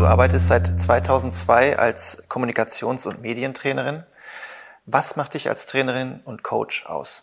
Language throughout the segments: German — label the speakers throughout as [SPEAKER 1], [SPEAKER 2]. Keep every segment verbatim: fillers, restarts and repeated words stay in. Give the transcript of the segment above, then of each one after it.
[SPEAKER 1] Du arbeitest seit zweitausendzwei als Kommunikations- und Medientrainerin. Was macht dich als Trainerin und Coach aus?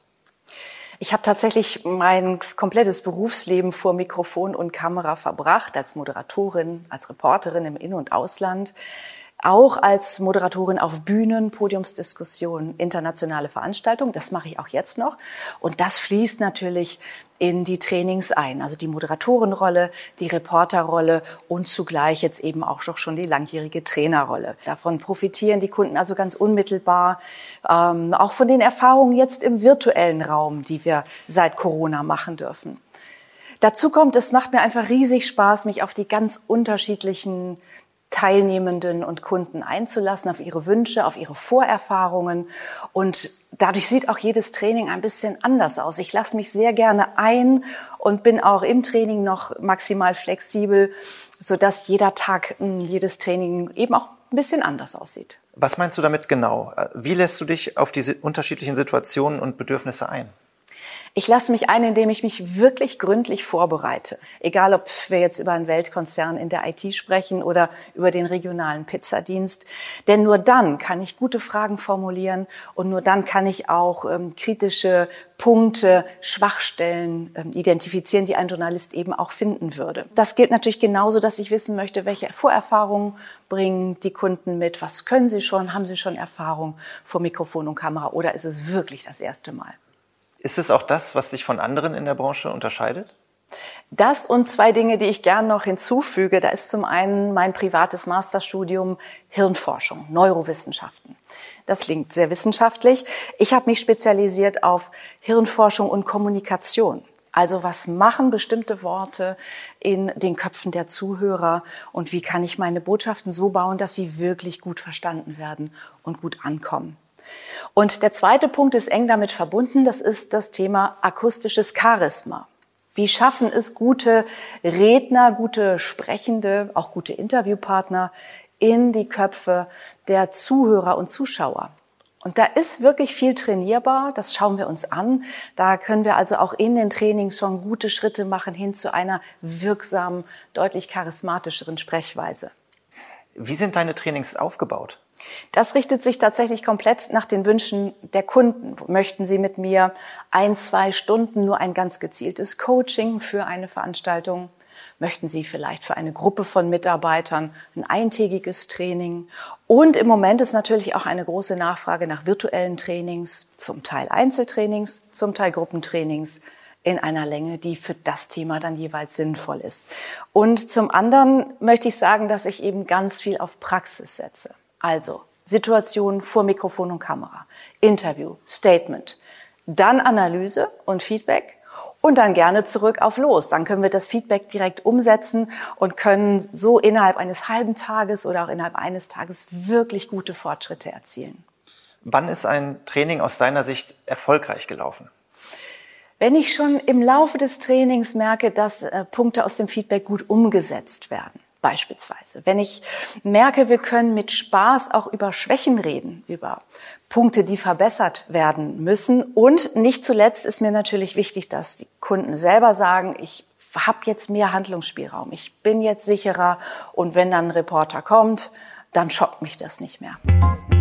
[SPEAKER 2] Ich habe tatsächlich mein komplettes Berufsleben vor Mikrofon und Kamera verbracht, als Moderatorin, als Reporterin im In- und Ausland, auch als Moderatorin auf Bühnen, Podiumsdiskussionen, internationale Veranstaltungen. Das mache ich auch jetzt noch. Und das fließt natürlich in die Trainings ein, also die Moderatorenrolle, die Reporterrolle und zugleich jetzt eben auch doch schon die langjährige Trainerrolle. Davon profitieren die Kunden also ganz unmittelbar, ähm, auch von den Erfahrungen jetzt im virtuellen Raum, die wir seit Corona machen dürfen. Dazu kommt, es macht mir einfach riesig Spaß, mich auf die ganz unterschiedlichen Teilnehmenden und Kunden einzulassen, auf ihre Wünsche, auf ihre Vorerfahrungen. Und dadurch sieht auch jedes Training ein bisschen anders aus. Ich lasse mich sehr gerne ein und bin auch im Training noch maximal flexibel, sodass jeder Tag, jedes Training eben auch ein bisschen anders aussieht.
[SPEAKER 1] Was meinst du damit genau? Wie lässt du dich auf diese unterschiedlichen Situationen und Bedürfnisse ein?
[SPEAKER 2] Ich lasse mich ein, indem ich mich wirklich gründlich vorbereite. Egal, ob wir jetzt über einen Weltkonzern in der I T sprechen oder über den regionalen Pizzadienst. Denn nur dann kann ich gute Fragen formulieren und nur dann kann ich auch ähm, kritische Punkte, Schwachstellen ähm, identifizieren, die ein Journalist eben auch finden würde. Das gilt natürlich genauso, dass ich wissen möchte, welche Vorerfahrungen bringen die Kunden mit. Was können sie schon? Haben sie schon Erfahrung vor Mikrofon und Kamera oder ist es wirklich das erste Mal?
[SPEAKER 1] Ist es auch das, was dich von anderen in der Branche unterscheidet?
[SPEAKER 2] Das und zwei Dinge, die ich gern noch hinzufüge. Da ist zum einen mein privates Masterstudium Hirnforschung, Neurowissenschaften. Das klingt sehr wissenschaftlich. Ich habe mich spezialisiert auf Hirnforschung und Kommunikation. Also was machen bestimmte Worte in den Köpfen der Zuhörer und wie kann ich meine Botschaften so bauen, dass sie wirklich gut verstanden werden und gut ankommen. Und der zweite Punkt ist eng damit verbunden, das ist das Thema akustisches Charisma. Wie schaffen es gute Redner, gute Sprechende, auch gute Interviewpartner in die Köpfe der Zuhörer und Zuschauer? Und da ist wirklich viel trainierbar, das schauen wir uns an. Da können wir also auch in den Trainings schon gute Schritte machen hin zu einer wirksamen, deutlich charismatischeren Sprechweise.
[SPEAKER 1] Wie sind deine Trainings aufgebaut?
[SPEAKER 2] Das richtet sich tatsächlich komplett nach den Wünschen der Kunden. Möchten Sie mit mir ein, zwei Stunden nur ein ganz gezieltes Coaching für eine Veranstaltung? Möchten Sie vielleicht für eine Gruppe von Mitarbeitern ein eintägiges Training? Und im Moment ist natürlich auch eine große Nachfrage nach virtuellen Trainings, zum Teil Einzeltrainings, zum Teil Gruppentrainings in einer Länge, die für das Thema dann jeweils sinnvoll ist. Und zum anderen möchte ich sagen, dass ich eben ganz viel auf Praxis setze. Also Situation vor Mikrofon und Kamera, Interview, Statement, dann Analyse und Feedback und dann gerne zurück auf los. Dann können wir das Feedback direkt umsetzen und können so innerhalb eines halben Tages oder auch innerhalb eines Tages wirklich gute Fortschritte erzielen.
[SPEAKER 1] Wann ist ein Training aus deiner Sicht erfolgreich gelaufen?
[SPEAKER 2] Wenn ich schon im Laufe des Trainings merke, dass äh, Punkte aus dem Feedback gut umgesetzt werden. Beispielsweise, wenn ich merke, wir können mit Spaß auch über Schwächen reden, über Punkte, die verbessert werden müssen. Und nicht zuletzt ist mir natürlich wichtig, dass die Kunden selber sagen, ich habe jetzt mehr Handlungsspielraum, ich bin jetzt sicherer und wenn dann ein Reporter kommt, dann schockt mich das nicht mehr.